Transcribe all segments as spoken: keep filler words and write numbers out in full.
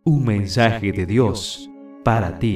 Un mensaje de Dios para ti.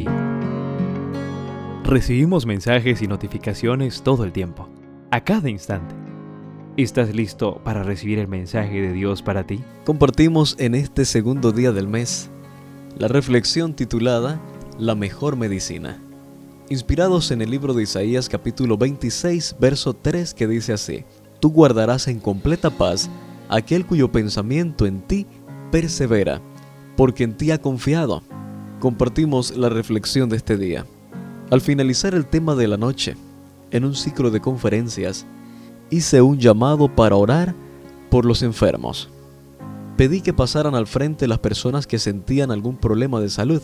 Recibimos mensajes y notificaciones todo el tiempo, a cada instante. ¿Estás listo para recibir el mensaje de Dios para ti? Compartimos en este segundo día del mes la reflexión titulada La mejor medicina, inspirados en el libro de Isaías capítulo veintiséis, verso tres, que dice así: Tú guardarás en completa paz aquel cuyo pensamiento en ti persevera, porque en ti ha confiado. Compartimos la reflexión de este día. Al finalizar el tema de la noche, en un ciclo de conferencias, hice un llamado para orar por los enfermos. Pedí que pasaran al frente las personas que sentían algún problema de salud.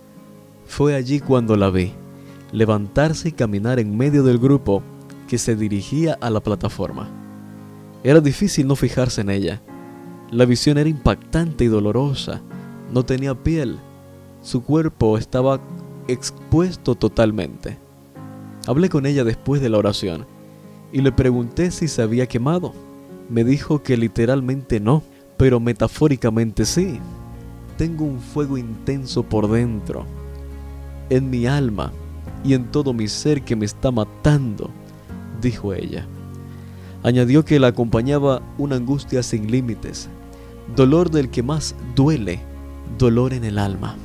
Fue allí cuando la vi levantarse y caminar en medio del grupo que se dirigía a la plataforma. Era difícil no fijarse en ella. La visión era impactante y dolorosa. No tenía piel. Su cuerpo estaba expuesto totalmente. Hablé con ella después de la oración y le pregunté si se había quemado. Me dijo que literalmente no, pero metafóricamente sí. Tengo un fuego intenso por dentro, en mi alma y en todo mi ser que me está matando, dijo ella. Añadió que la acompañaba una angustia sin límites, dolor del que más duele, dolor en el alma.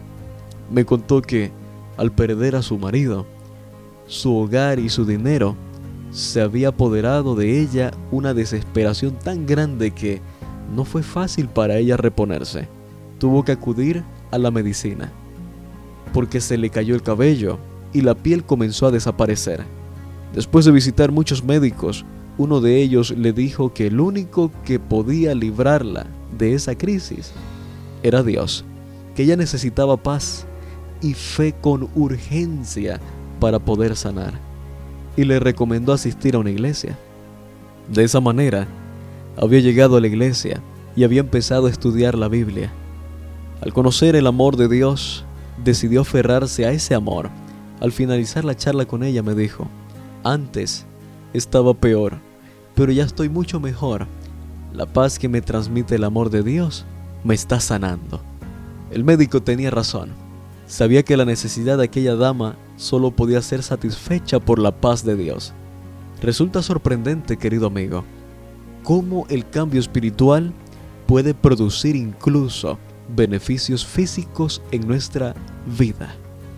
Me contó que, al perder a su marido, su hogar y su dinero, se había apoderado de ella una desesperación tan grande que no fue fácil para ella reponerse. Tuvo que acudir a la medicina, porque se le cayó el cabello y la piel comenzó a desaparecer. Después de visitar muchos médicos, uno de ellos le dijo que el único que podía librarla de esa crisis era Dios, que ella necesitaba paz y fe con urgencia para poder sanar, y le recomendó asistir a una iglesia. De esa manera, había llegado a la iglesia y había empezado a estudiar la Biblia. Al conocer el amor de Dios, decidió aferrarse a ese amor. Al finalizar la charla con ella me dijo: antes estaba peor, pero ya estoy mucho mejor. La paz que me transmite el amor de Dios me está sanando. El médico tenía razón. Sabía que la necesidad de aquella dama solo podía ser satisfecha por la paz de Dios. Resulta sorprendente, querido amigo, cómo el cambio espiritual puede producir incluso beneficios físicos en nuestra vida.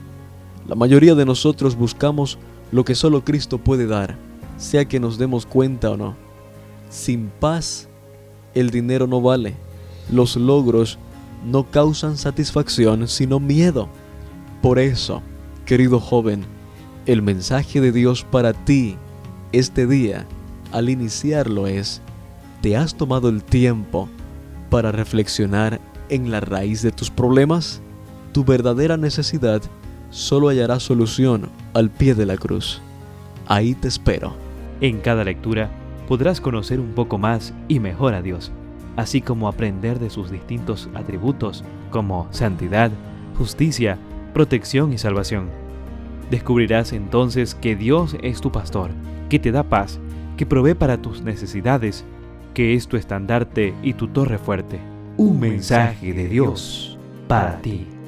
La mayoría de nosotros buscamos lo que solo Cristo puede dar, sea que nos demos cuenta o no. Sin paz, el dinero no vale. Los logros no causan satisfacción, sino miedo. Por eso, querido joven, el mensaje de Dios para ti este día, al iniciarlo, es: ¿te has tomado el tiempo para reflexionar en la raíz de tus problemas? Tu verdadera necesidad solo hallará solución al pie de la cruz. Ahí te espero. En cada lectura podrás conocer un poco más y mejor a Dios, así como aprender de sus distintos atributos como santidad, justicia, protección y salvación. Descubrirás entonces que Dios es tu pastor, que te da paz, que provee para tus necesidades, que es tu estandarte y tu torre fuerte. Un mensaje de Dios para ti.